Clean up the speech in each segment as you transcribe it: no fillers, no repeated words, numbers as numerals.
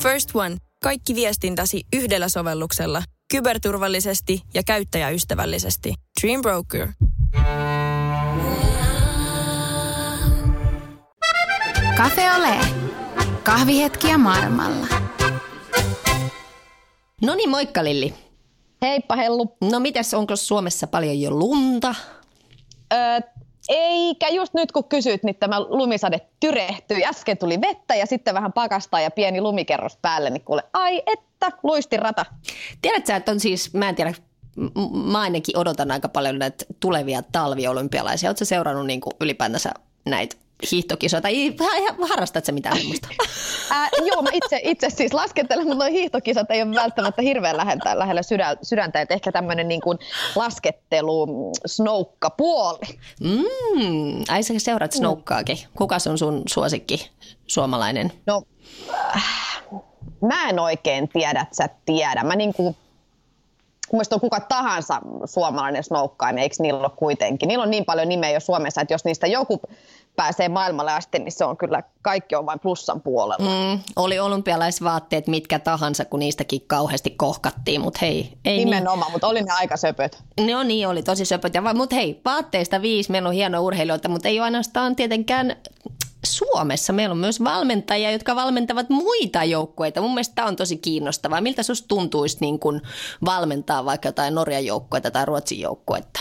First One. Kaikki viestintäsi yhdellä sovelluksella. Kyberturvallisesti ja käyttäjäystävällisesti. Dream Broker. Cafe Ole. Kahvihetkiä maailmalla. No niin, moikka Lilli. Heippa Hellu. No mites, onko Suomessa paljon jo lunta? Eikä just nyt kun kysyt, niin tämä lumisade tyrehtyi. Äsken tuli vettä ja sitten vähän pakastaa ja pieni lumikerros päälle, niin kuule, ai että, luistinrata. Tiedätkö sä, että on siis, mä en tiedä, mä ainakin odotan aika paljon näitä tulevia talviolympialaisia. Oletko sä seurannut niin kuin ylipäätänsä näitä hiihtokisoja, tai harrastat sä mitään semmoista? Joo, mä itse siis laskettelen, mutta nuo hiihtokisat ei ole välttämättä hirveän lähellä sydäntä, että ehkä tämmöinen niin kuin laskettelu, snoukkapuoli. Ai sä seuraat snoukkaakin. Kukas on sun suosikki suomalainen? No, mä en oikein tiedä, että sä tiedä. Mä niin kuin, kun mielestä on kuka tahansa suomalainen snoukkainen, eikö niillä ole kuitenkin? Niillä on niin paljon nimeä jo Suomessa, että jos niistä joku pääsee maailmalle asti, niin se on kyllä, kaikki on vain plussan puolella. Oli olympialaisvaatteet mitkä tahansa, kun niistäkin kauheasti kohkattiin, mutta hei. Ei nimenomaan, niin. Mutta oli ne aika söpöt. No niin, oli tosi söpöt. Mutta hei, vaatteista 5, meillä on hienoja urheilijoita, mutta ei ole ainoastaan tietenkään Suomessa. Meillä on myös valmentajia, jotka valmentavat muita joukkueita. Mun mielestä tämä on tosi kiinnostavaa. Miltä susta tuntuisi niin kun valmentaa vaikka jotain Norjan joukkuetta tai Ruotsin joukkuetta?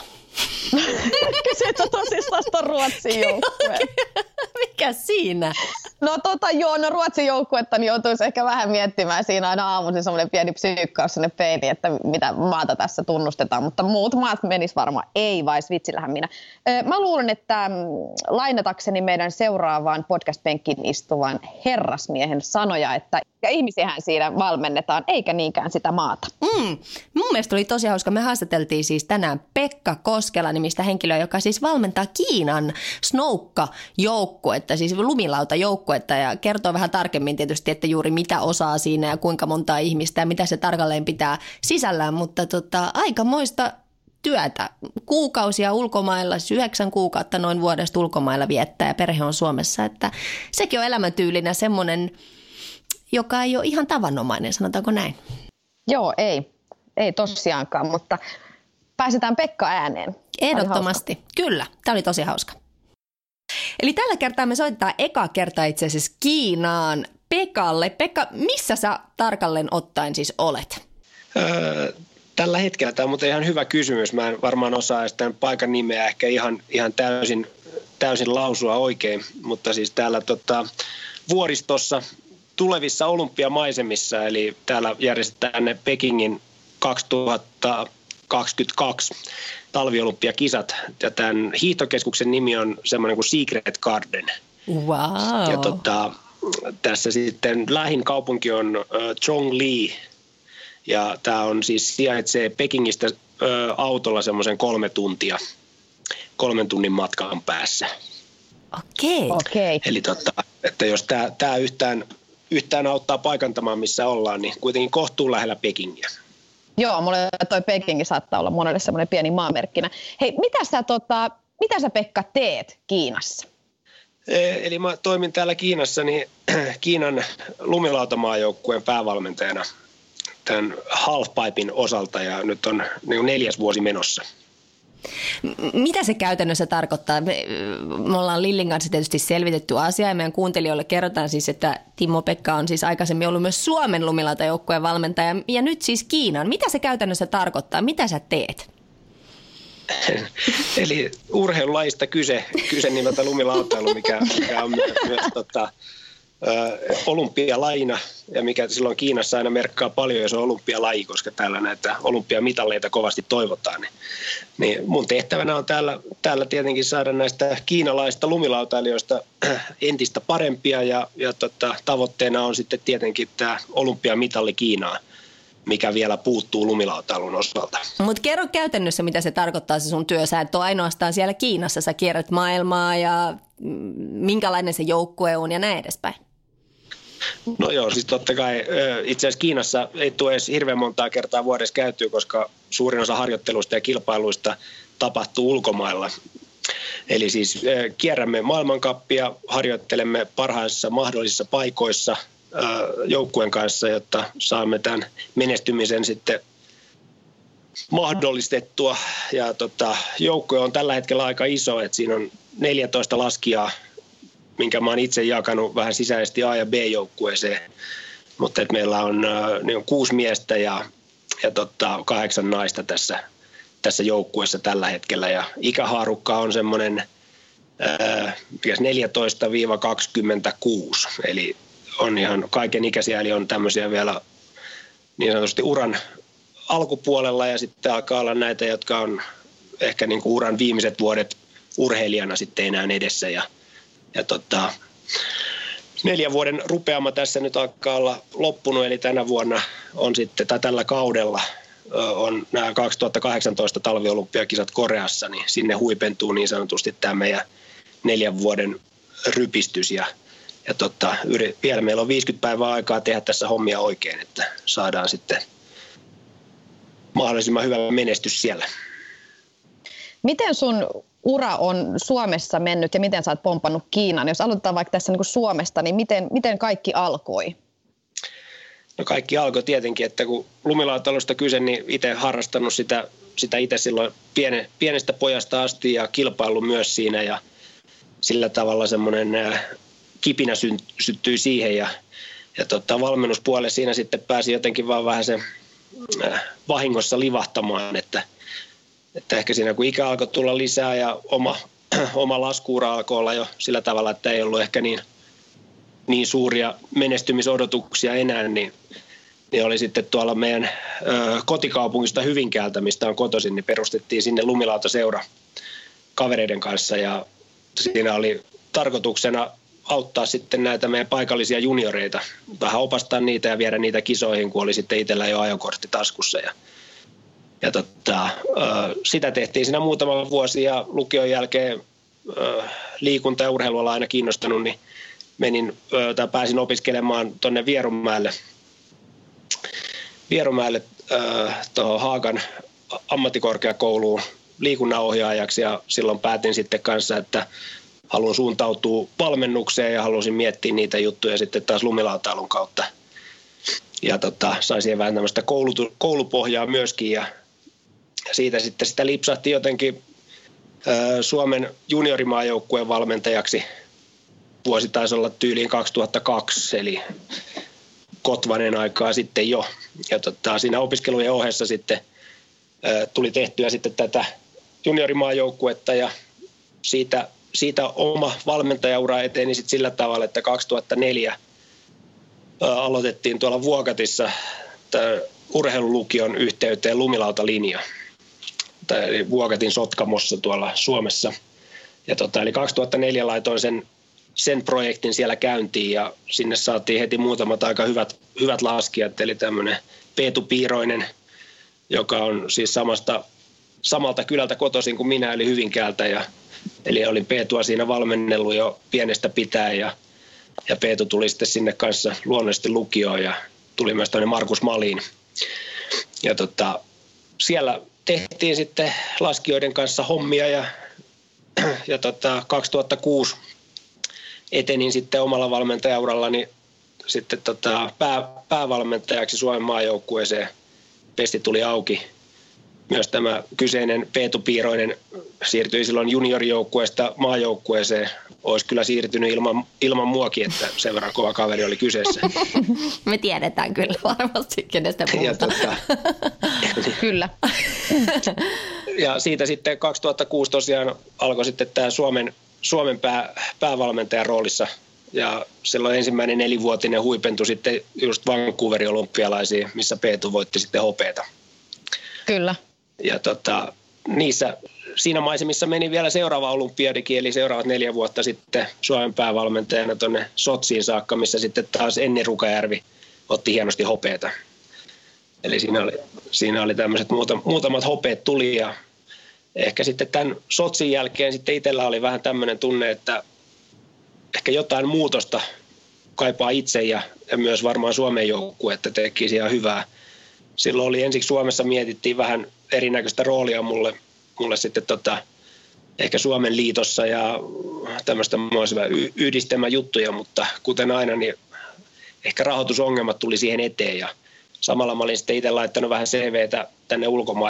Kysytkö tosissaan sitä Ruotsin joukkuetta? Mikä siinä? No no Ruotsin joukkuetta niin joutuisi ehkä vähän miettimään siinä aina aamuisin semmoinen pieni psyykkaus sinne peiliin, että mitä maata tässä tunnustetaan, mutta muut maat menis varmaan ei, vai vitsillähän minä. Mä luulen, että lainatakseni meidän seuraavaan podcast-penkkiin istuvan herrasmiehen sanoja, että ihmisiähän siinä valmennetaan, eikä niinkään sitä maata. Mun mielestä oli tosi hauska. Me haastateltiin siis tänään Pekka Koskela nimistä henkilöä, joka siis valmentaa Kiinan snoukka-joukkuetta, siis lumilauta-joukkuetta, ja kertoo vähän tarkemmin tietysti, että juuri mitä osaa siinä ja kuinka montaa ihmistä ja mitä se tarkalleen pitää sisällään, mutta aikamoista työtä. Kuukausia ulkomailla, siis 9 kuukautta noin vuodesta ulkomailla viettää ja perhe on Suomessa, että sekin on elämäntyylinä semmoinen, joka ei ole ihan tavanomainen, sanotaanko näin? Joo, ei tosiaankaan, mutta pääsetään Pekka ääneen. Ehdottomasti, kyllä. Tämä oli tosi hauska. Eli tällä kertaa me soitetaan eka kerta itse asiassa Kiinaan Pekalle. Pekka, missä sä tarkalleen ottaen siis olet? Tällä hetkellä tämä on muuten ihan hyvä kysymys. Mä en varmaan osaa sitä paikan nimeä ehkä ihan täysin lausua oikein, mutta siis täällä vuoristossa tulevissa olympiamaisemissa, eli täällä järjestetään ne Pekingin 2022 talviolympiakisat, ja tämän hiihtokeskuksen nimi on semmoinen kuin Secret Garden. Wow. Ja tässä sitten lähin kaupunki on Zhongli, ja tämä on siis sijaitsee Pekingistä autolla semmoisen 3 tunnin matkan päässä. Okei. Eli että jos tämä yhtään auttaa paikantamaan, missä ollaan, niin kuitenkin kohtuu lähellä Pekingiä. Joo, mulle toi Pekingi saattaa olla monelle semmoinen pieni maamerkkinä. Hei, mitä sä Pekka teet Kiinassa? Eli mä toimin täällä Kiinassa niin Kiinan lumilautamaajoukkueen päävalmentajana tämän halfpipen osalta, ja nyt on 4. vuosi menossa. Mitä se käytännössä tarkoittaa? Me ollaan Lillin kanssa tietysti selvitetty asiaa, ja meidän kuuntelijoille kerrotaan siis, että Timo-Pekka on siis aikaisemmin ollut myös Suomen lumilautajoukkueen valmentaja ja nyt siis Kiinan. Mitä se käytännössä tarkoittaa? Mitä sä teet? Eli urheilulajista kyse nimeltä lumilautailu, mikä on myös olympialajina, ja mikä silloin Kiinassa aina merkkaa paljon, jos on olympialaji, koska täällä näitä olympiamitalleita kovasti toivotaan. Niin mun tehtävänä on täällä tietenkin saada näistä kiinalaisista lumilautailijoista entistä parempia, ja tavoitteena on sitten tietenkin tämä olympiamitalli Kiinaan, mikä vielä puuttuu lumilautailun osalta. Mutta kerro käytännössä, mitä se tarkoittaa se sun työ. Sä et ole ainoastaan siellä Kiinassa, sä kierrät maailmaa ja minkälainen se joukkue on ja näin edespäin. No joo, siis totta kai itse asiassa Kiinassa ei tule edes hirveän montaa kertaa vuodessa käytyä, koska suurin osa harjoitteluista ja kilpailuista tapahtuu ulkomailla. Eli siis kierrämme maailmankappia, harjoittelemme parhaissa mahdollisissa paikoissa joukkueen kanssa, jotta saamme tämän menestymisen sitten mahdollistettua. Ja joukkue on tällä hetkellä aika iso, että siinä on 14 laskijaa, minkä mä oon itse jakanut vähän sisäisesti A- ja B-joukkueeseen. Mutta meillä on 6 miestä ja 8 naista tässä joukkueessa tällä hetkellä. Ja ikähaarukka on semmoinen 14-26, eli on ihan kaiken ikäisiä, eli on tämmöisiä vielä niin sanotusti uran alkupuolella ja sitten alkaa olla näitä, jotka on ehkä niin kuin uran viimeiset vuodet urheilijana sitten enää edessä ja 4 vuoden rupeama tässä nyt alkaa olla loppunut, eli tänä vuonna on sitten, tai tällä kaudella on nämä 2018 talviolympiakisat Koreassa, niin sinne huipentuu niin sanotusti tämä meidän 4 vuoden rypistys ja vielä meillä on 50 päivää aikaa tehdä tässä hommia oikein, että saadaan sitten mahdollisimman hyvä menestys siellä. Miten sun ura on Suomessa mennyt ja miten sä oot pompannut Kiinan? Jos aloitetaan vaikka tässä niin kuin Suomesta, niin miten kaikki alkoi? No kaikki alkoi tietenkin, että kun lumilautailusta kyse, niin itse harrastanut sitä itse silloin pienestä pojasta asti ja kilpailu myös siinä ja sillä tavalla semmoinen kipinä syttyi siihen ja valmennuspuolelle siinä sitten pääsi jotenkin vaan vähän sen vahingossa livahtamaan, että ehkä siinä kun ikä alkoi tulla lisää ja oma laskuura alkoi olla jo sillä tavalla, että ei ollut ehkä niin suuria menestymisodotuksia enää, niin oli sitten tuolla meidän kotikaupungista Hyvinkäältä, mistä on kotoisin, niin perustettiin sinne lumilautaseura kavereiden kanssa ja siinä oli tarkoituksena auttaa sitten näitä meidän paikallisia junioreita, vähän opastaa niitä ja viedä niitä kisoihin, kun oli sitten itsellä jo ajokortti taskussa. Ja sitä tehtiin siinä muutama vuosi ja lukion jälkeen liikunta- ja urheiluala aina kiinnostanut, niin pääsin opiskelemaan tuonne Vierumäelle tuohon Haagan ammattikorkeakouluun liikunnanohjaajaksi ja silloin päätin sitten kanssa, että haluan suuntautua valmennukseen ja halusin miettiä niitä juttuja sitten taas lumilautailun kautta. Ja sain siihen vähän tämmöistä koulupohjaa myöskin ja siitä sitten sitä lipsahti jotenkin Suomen juniorimaajoukkueen valmentajaksi. Vuosi taisi olla tyyliin 2002, eli Kotvanen aikaa sitten jo. Ja siinä opiskelujen ohessa sitten tuli tehtyä sitten tätä juniorimaajoukkuetta ja siitä oma valmentajaura eteni sitten sillä tavalla, että 2004 aloitettiin tuolla Vuokatissa urheilulukion yhteyteen lumilautalinja. Eli Vuokatin Sotkamossa tuolla Suomessa. Ja eli 2004 laitoin sen projektin siellä käyntiin ja sinne saatiin heti muutamat aika hyvät laskijat. Eli tämmöinen Peetu Piiroinen, joka on siis samalta kylältä kotoisin kuin minä, eli Hyvinkäältä. Eli olin Peetua siinä valmennellut jo pienestä pitäen ja Peetu tuli sitten sinne kanssa luonnollisesti lukioon ja tuli myös tämmöinen Markus Malin. Ja siellä tehtiin sitten laskijoiden kanssa hommia ja 2006 etenin sitten omalla valmentajaurallani sitten päävalmentajaksi Suomen maajoukkueeseen. Pesti tuli auki. Myös tämä kyseinen Peetu Piiroinen siirtyi silloin juniorijoukkueesta maajoukkueeseen. Olisi kyllä siirtynyt ilman muakin, että sen verran kova kaveri oli kyseessä. Me tiedetään kyllä varmasti, kenestä puhutaan. Kyllä. Ja siitä sitten 2006 tosiaan alkoi sitten tämä Suomen päävalmentajan roolissa. Ja silloin ensimmäinen 4-vuotinen huipentui sitten just Vancouverin olympialaisiin, missä Peetu voitti sitten hopeata. Kyllä. Ja siinä maisemissa meni vielä seuraava olympiadikin, eli seuraavat 4 vuotta sitten Suomen päävalmentajana tuonne Sotsiin saakka, missä sitten taas Enni Rukajärvi otti hienosti hopeata. Eli siinä oli tämmöiset muutamat hopeet tuli ja ehkä sitten tämän Sotsin jälkeen sitten itsellä oli vähän tämmöinen tunne, että ehkä jotain muutosta kaipaa itse ja myös varmaan Suomen joukkue, että tekisi ihan hyvää. Silloin oli ensiksi Suomessa mietittiin vähän erinäköistä roolia mulle sitten ehkä Suomen liitossa ja tämmöistä yhdistelmäjuttuja, mutta kuten aina, niin ehkä rahoitusongelmat tuli siihen eteen ja samalla mä olin sitten itse laittanut vähän CVtä tänne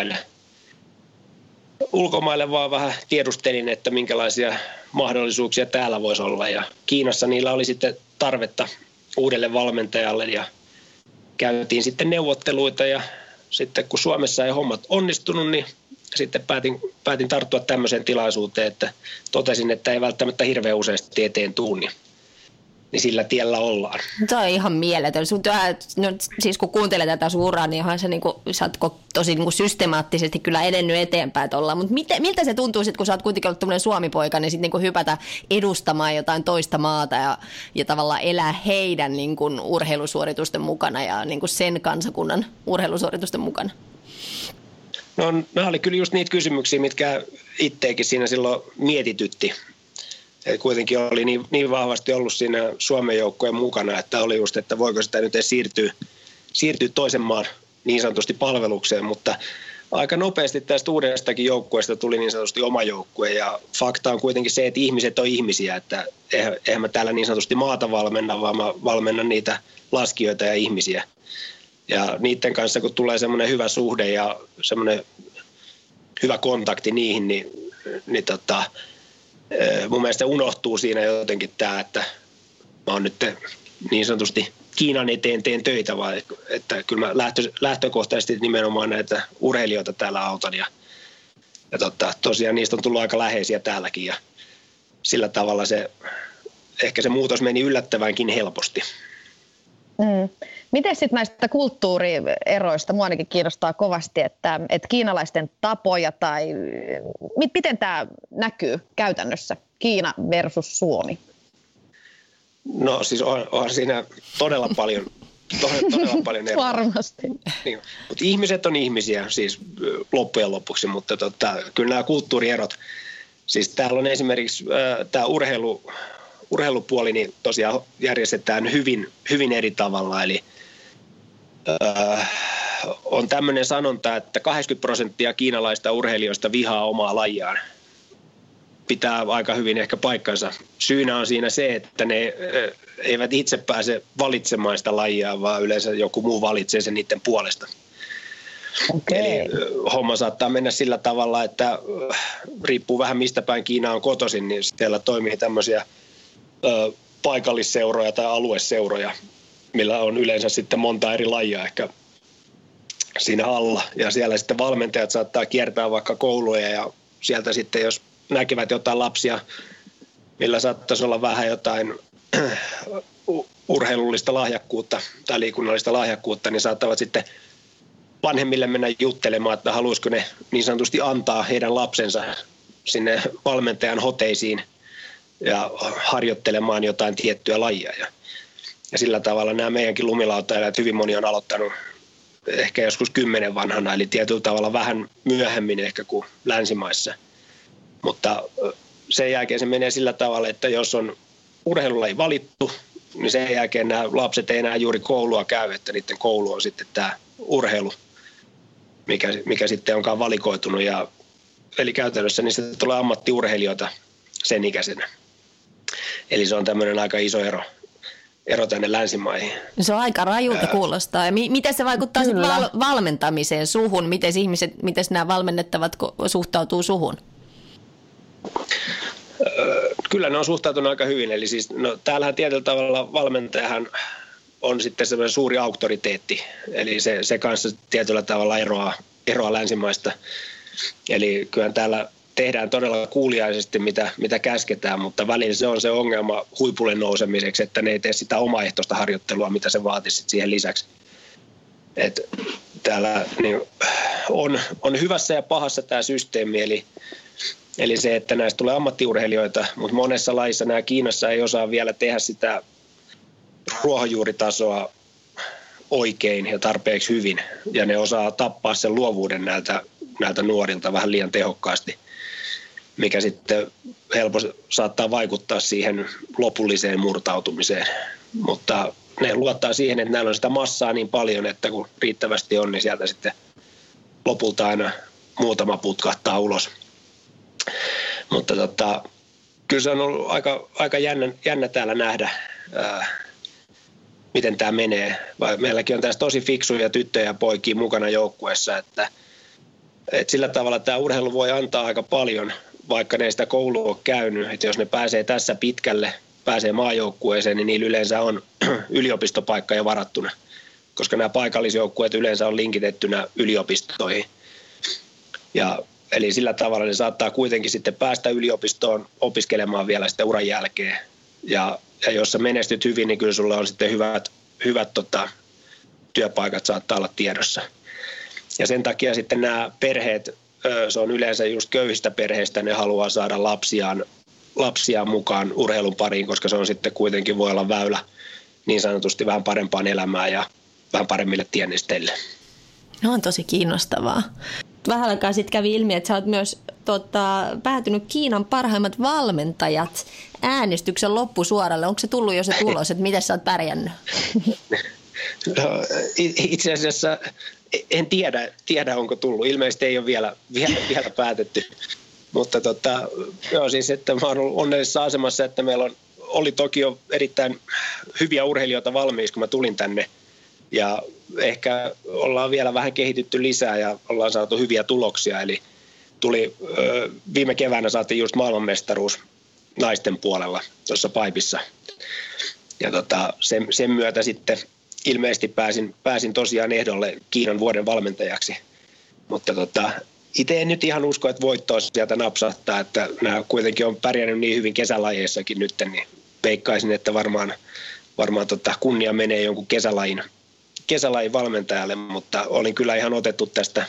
ulkomaille vaan vähän tiedustelin, että minkälaisia mahdollisuuksia täällä voisi olla. Ja Kiinassa niillä oli sitten tarvetta uudelle valmentajalle ja käytiin sitten neuvotteluita ja sitten kun Suomessa ei hommat onnistunut, niin sitten päätin tarttua tämmöiseen tilaisuuteen, että totesin, että ei välttämättä hirveän useasti eteen tuu, niin sillä tiellä ollaan. Tämä on ihan mieletön. Siis kun kuuntelee tätä sun uraa, niin onhan se sä oot tosi systemaattisesti kyllä edennyt eteenpäin tuolla. Mutta miltä se tuntuu sitten, kun sä oot kuitenkin ollut tämmöinen Suomi-poika, niin sitten hypätä edustamaan jotain toista maata ja tavallaan elää heidän urheilusuoritusten mukana ja sen kansakunnan urheilusuoritusten mukana? No nämä oli kyllä just niitä kysymyksiä, mitkä itseäkin siinä silloin mietitytti. Et kuitenkin oli niin vahvasti ollut siinä Suomen joukkojen mukana, että oli just, että voiko sitä nyt siirtyä toisen maan niin sanotusti palvelukseen, mutta aika nopeasti tästä uudestakin joukkueesta tuli niin sanotusti oma joukkue ja fakta on kuitenkin se, että ihmiset on ihmisiä, että eihän mä täällä niin sanotusti maata valmenna, vaan mä valmennan niitä laskijoita ja ihmisiä. Ja niiden kanssa, kun tulee semmoinen hyvä suhde ja semmoinen hyvä kontakti niihin, niin mun mielestä unohtuu siinä jotenkin tämä, että mä oon nyt niin sanotusti Kiinan eteen teen töitä, vaan että kyllä mä lähtökohtaisesti nimenomaan näitä urheilijoita täällä autan ja tosiaan niistä on tullut aika läheisiä täälläkin ja sillä tavalla ehkä se muutos meni yllättävänkin helposti. Miten sitten näistä kulttuurieroista, mua ainakin kiinnostaa kovasti, että kiinalaisten tapoja tai miten tämä näkyy käytännössä, Kiina versus Suomi? No siis on siinä todella paljon eroa. Varmasti. Niin, mutta ihmiset on ihmisiä siis loppujen lopuksi, mutta kyllä nämä kulttuurierot, siis täällä on esimerkiksi tämä urheilupuoli, niin tosiaan järjestetään hyvin eri tavalla, eli on tämmöinen sanonta, että 80% kiinalaista urheilijoista vihaa omaa lajiaan. Pitää aika hyvin ehkä paikkansa. Syynä on siinä se, että ne eivät itse pääse valitsemaan sitä lajia, vaan yleensä joku muu valitsee sen niiden puolesta. Okay. Eli homma saattaa mennä sillä tavalla, että riippuu vähän mistä päin Kiina on kotoisin, niin siellä toimii tämmöisiä paikallisseuroja tai alueseuroja, millä on yleensä sitten monta eri lajia ehkä siinä alla. Ja siellä sitten valmentajat saattaa kiertää vaikka kouluja ja sieltä sitten jos näkevät jotain lapsia, millä saattaisi olla vähän jotain urheilullista lahjakkuutta tai liikunnallista lahjakkuutta, niin saattavat sitten vanhemmille mennä juttelemaan, että haluaisiko ne niin sanotusti antaa heidän lapsensa sinne valmentajan hoteisiin ja harjoittelemaan jotain tiettyä lajia. Ja sillä tavalla nämä meidänkin lumilautajat, hyvin moni on aloittanut ehkä joskus 10 vanhana, eli tietyllä tavalla vähän myöhemmin ehkä kuin länsimaissa. Mutta sen jälkeen se menee sillä tavalla, että jos on urheilulaji valittu, niin sen jälkeen nämä lapset ei enää juuri koulua käy, että niiden koulu on sitten tämä urheilu, mikä sitten onkaan valikoitunut. Eli käytännössä niistä tulee ammattiurheilijoita sen ikäisenä. Eli se on tämmöinen aika iso ero tänne länsimaihin. Se on aika rajulta kuulostaa. Ja miten se vaikuttaa valmentamiseen suhun? Miten nämä valmennettavat suhtautuu suhun? Kyllä ne on suhtautunut aika hyvin. Eli siis, täällähän tietyllä tavalla valmentajahan on sitten semmoinen suuri auktoriteetti. Eli se kanssa tietyllä tavalla eroaa länsimaista. Eli kyllä täällä tehdään todella kuuliaisesti, mitä käsketään, mutta välillä se on se ongelma huipulle nousemiseksi, että ne ei tee sitä omaehtoista harjoittelua, mitä se vaatisi siihen lisäksi. Et täällä niin, on hyvässä ja pahassa tämä systeemi, eli se, että näistä tulee ammattiurheilijoita, mutta monessa lajissa nämä Kiinassa ei osaa vielä tehdä sitä ruohonjuuritasoa oikein ja tarpeeksi hyvin, ja ne osaa tappaa sen luovuuden näiltä nuorilta vähän liian tehokkaasti, mikä sitten helposti saattaa vaikuttaa siihen lopulliseen murtautumiseen. Mutta ne luottaa siihen, että näillä on sitä massaa niin paljon, että kun riittävästi on, niin sieltä sitten lopulta aina muutama putkahtaa ulos. Mutta kyllä se on ollut aika jännä täällä nähdä miten tämä menee. Meilläkin on tässä tosi fiksuja tyttöjä ja poikia mukana joukkueessa, että sillä tavalla tämä urheilu voi antaa aika paljon, vaikka ne ei sitä koulua ole käynyt. Että jos ne pääsee tässä pitkälle, pääsee maajoukkueeseen, niin niillä yleensä on yliopistopaikka jo varattuna, koska nämä paikallisjoukkueet yleensä on linkitettynä yliopistoihin. Eli sillä tavalla ne saattaa kuitenkin sitten päästä yliopistoon opiskelemaan vielä sitten uran jälkeen. Ja jos sä menestyt hyvin, niin kyllä sulla on sitten hyvät työpaikat saattaa olla tiedossa. Ja sen takia sitten nämä perheet, se on yleensä just köyhistä perheistä, ne haluaa saada lapsiaan mukaan urheilun pariin, koska se on sitten kuitenkin voi olla väylä niin sanotusti vähän parempaan elämään ja vähän paremmille tienesteille. No on tosi kiinnostavaa. Vähän aikaa sitten kävi ilmi, että sä oot myös päätynyt Kiinan parhaimmat valmentajat äänestyksen loppusuoralle. Onko se tullut jo se tulos, että miten sä oot pärjännyt? No, itse asiassa en tiedä, onko tullut. Ilmeisesti ei ole vielä päätetty. Mutta siis, että mä oon ollut onnellisessa asemassa, että meillä oli toki jo erittäin hyviä urheilijoita valmiiksi, kun mä tulin tänne. Ja ehkä ollaan vielä vähän kehitytty lisää ja ollaan saatu hyviä tuloksia. Eli viime keväänä saatiin just maailmanmestaruus naisten puolella tuossa Paipissa. Ja sen myötä sitten ilmeisesti pääsin tosiaan ehdolle Kiinan vuoden valmentajaksi. Mutta itse en nyt ihan usko, että voittoa sieltä napsahtaa, että nämä kuitenkin on pärjännyt niin hyvin kesälajeissakin nyt, niin veikkaisin, että varmaan kunnia menee jonkun kesälajin valmentajalle, mutta olin kyllä ihan otettu tästä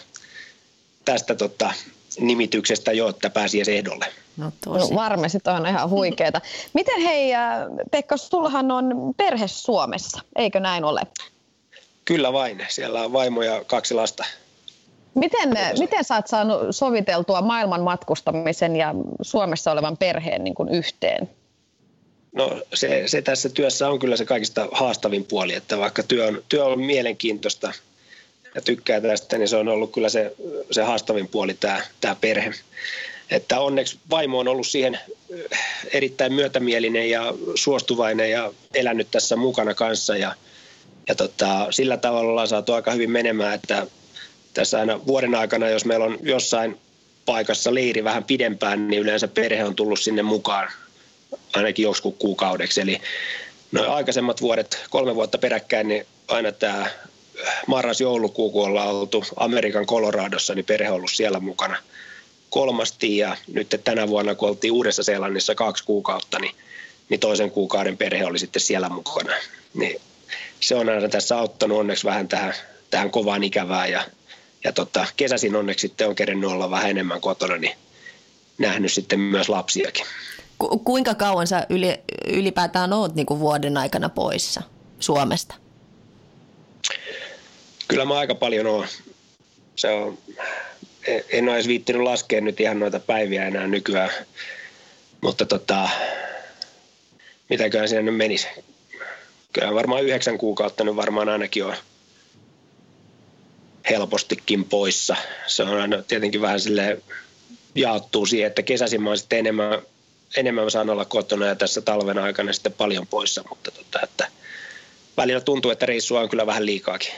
nimityksestä jo, että pääsi edes ehdolle. No varmasti on ihan huikeeta. Miten hei, Pekka, sullahan on perhe Suomessa, eikö näin ole? Kyllä vain, siellä on vaimo ja 2 lasta. Miten sä oot saanut soviteltua maailman matkustamisen ja Suomessa olevan perheen niin kuin yhteen? No se tässä työssä on kyllä se kaikista haastavin puoli, että vaikka työ on mielenkiintoista ja tykkää tästä, niin se on ollut kyllä se haastavin puoli tämä perhe. Että onneksi vaimo on ollut siihen erittäin myötämielinen ja suostuvainen ja elänyt tässä mukana kanssa ja sillä tavalla ollaan saatu aika hyvin menemään, että tässä aina vuoden aikana, jos meillä on jossain paikassa leiri vähän pidempään, niin yleensä perhe on tullut sinne mukaan ainakin joskus kuukaudeksi. Eli noin aikaisemmat vuodet, 3 vuotta peräkkäin, niin aina tämä marras-joulukuu, kun ollaan oltu Amerikan Coloradossa, niin perhe on ollut siellä mukana 3. ja nyt tänä vuonna, kun oltiin Uudessa-Seelannissa 2 kuukautta, niin toisen kuukauden perhe oli sitten siellä mukana. Niin se on aina tässä auttanut onneksi vähän tähän kovaan ikävään ja kesäisin onneksi sitten on kerennyt olla vähän enemmän kotona, niin nähnyt sitten myös lapsiakin. Kuinka kauan sä ylipäätään oot niin kuin vuoden aikana poissa Suomesta? Kyllä mä aika paljon oon. En ole edes viittinyt laskea nyt ihan noita päiviä enää nykyään, mutta mitäköhän siinä nyt menisi. Kyllä varmaan 9 kuukautta nyt varmaan ainakin on helpostikin poissa. Se on aina tietenkin vähän silleen jaottuu siihen, että kesäisin mä oon sitten enemmän saan olla kotona ja tässä talven aikana sitten paljon poissa, mutta että välillä tuntuu, että reissua on kyllä vähän liikaakin.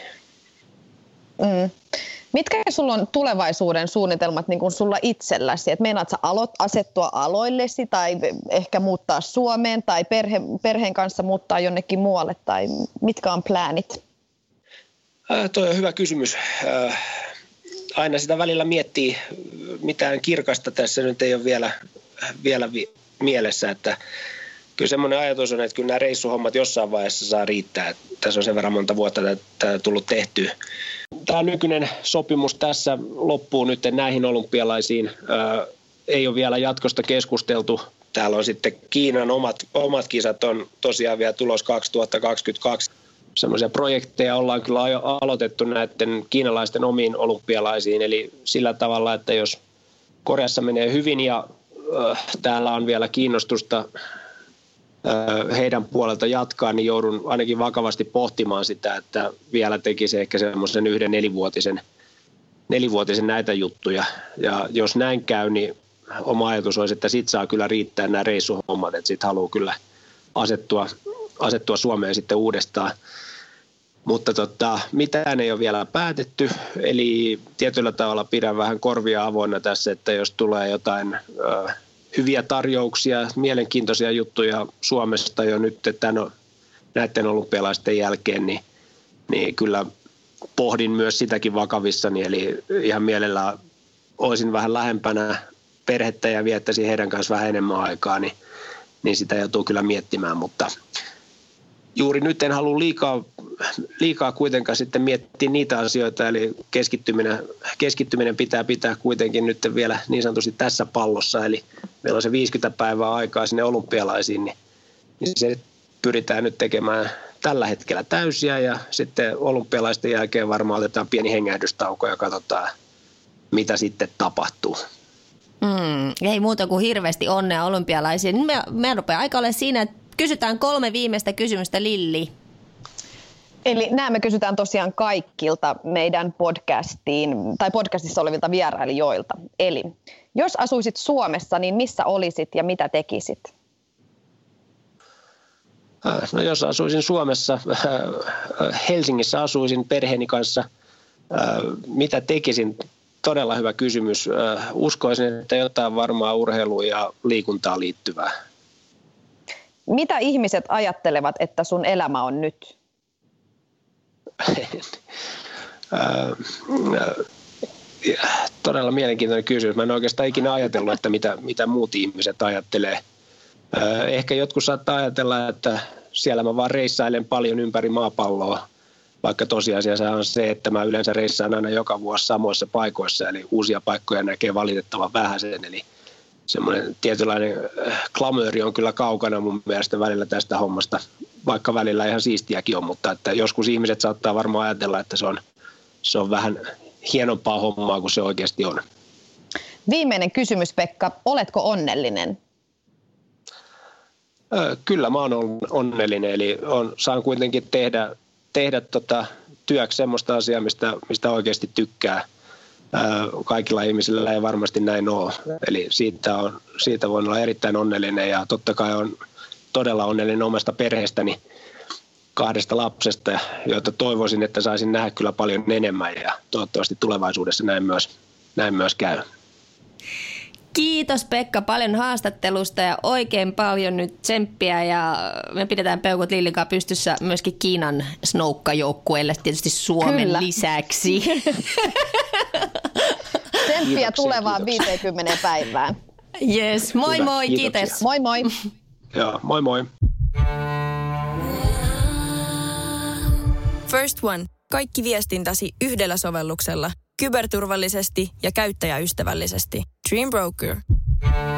Mitkä sulla on tulevaisuuden suunnitelmat niin kuin sulla itselläsi? Et meinaat sä asettua aloillesi tai ehkä muuttaa Suomeen tai perheen kanssa muuttaa jonnekin muualle tai mitkä on pläänit? Toi on hyvä kysymys. Aina sitä välillä miettii, mitään kirkasta tässä nyt ei ole vielä mielessä, että kyllä semmoinen ajatus on, että kyllä nämä reissuhommat jossain vaiheessa saa riittää. Että tässä on sen verran monta vuotta tätä tullut tehtyä. Tämä nykyinen sopimus tässä loppuu nyt näihin olympialaisiin. Ei ole vielä jatkosta keskusteltu. Täällä on sitten Kiinan omat kisat on tosiaan vielä tulos 2022. Semmoisia projekteja ollaan kyllä aloitettu näiden kiinalaisten omiin olympialaisiin. Eli sillä tavalla, että jos Koreassa menee hyvin ja täällä on vielä kiinnostusta heidän puolelta jatkaa, niin joudun ainakin vakavasti pohtimaan sitä, että vielä tekisi ehkä semmoisen 1 nelivuotisen näitä juttuja. Ja jos näin käy, niin oma ajatus olisi, että sit saa kyllä riittää nämä reissuhommat, että sit haluaa kyllä asettua Suomeen sitten uudestaan. Mutta mitään ei ole vielä päätetty, eli tietyllä tavalla pidän vähän korvia avoinna tässä, että jos tulee jotain hyviä tarjouksia, mielenkiintoisia juttuja Suomesta jo nyt näiden olympialaisten jälkeen, niin kyllä pohdin myös sitäkin vakavissani, eli ihan mielellään olisin vähän lähempänä perhettä ja viettäisin heidän kanssa vähän enemmän aikaa, niin sitä joutuu kyllä miettimään, mutta juuri nyt en halua liikaa kuitenkaan sitten miettiä niitä asioita, eli keskittyminen pitää kuitenkin nyt vielä niin sanotusti tässä pallossa, eli meillä on se 50 päivää aikaa sinne olympialaisiin, niin se pyritään nyt tekemään tällä hetkellä täysiä ja sitten olympialaisten jälkeen varmaan otetaan pieni hengähdystauko ja katsotaan, mitä sitten tapahtuu. Ei muuta kuin hirveästi onnea olympialaisiin. Me rupeaa aika olla siinä, että kysytään 3 viimeistä kysymystä, Lilli. Eli nämä me kysytään tosiaan kaikilta meidän podcastissa olevilta vierailijoilta. Eli jos asuisit Suomessa, niin missä olisit ja mitä tekisit? No jos asuisin Suomessa, Helsingissä asuisin perheeni kanssa, mitä tekisin? Todella hyvä kysymys. Uskoisin, että jotain varmaan urheiluun ja liikuntaan liittyvää. Mitä ihmiset ajattelevat, että sun elämä on nyt? Todella mielenkiintoinen kysymys. Mä en oikeastaan ikinä ajatellut, että mitä muut ihmiset ajattelee. Ehkä jotkut saattaa ajatella, että siellä mä vaan reissailen paljon ympäri maapalloa, vaikka tosiasiassa on se, että mä yleensä reissaan aina joka vuosi samoissa paikoissa, eli uusia paikkoja näkee valitettavan vähäisen, eli semmoinen tietynlainen glamouri on kyllä kaukana mun mielestä välillä tästä hommasta, vaikka välillä ihan siistiäkin on, mutta että joskus ihmiset saattaa varmaan ajatella, että se on vähän hienompaa hommaa kuin se oikeasti on. Viimeinen kysymys, Pekka. Oletko onnellinen? Kyllä mä oon onnellinen, eli saan kuitenkin tehdä työksi semmoista asiaa, mistä oikeasti tykkää. Kaikilla ihmisillä ei varmasti näin ole, eli siitä voin olla erittäin onnellinen ja totta kai on todella onnellinen omasta perheestäni, 2 lapsesta, joita toivoisin, että saisin nähdä kyllä paljon enemmän ja toivottavasti tulevaisuudessa näin myös käy. Kiitos Pekka paljon haastattelusta ja oikein paljon nyt tsemppiä ja me pidetään peukut Lillinkaan pystyssä myöskin Kiinan snoukkajoukkueelle tietysti Suomen Kyllä. lisäksi. Tsemppiä tulevaan 50 päivään. Yes, moi Hyvä, moi, kiitos. Moi moi. Joo, moi moi. First One. Kaikki viestintäsi yhdellä sovelluksella. Kyberturvallisesti ja käyttäjäystävällisesti. Dream Broker.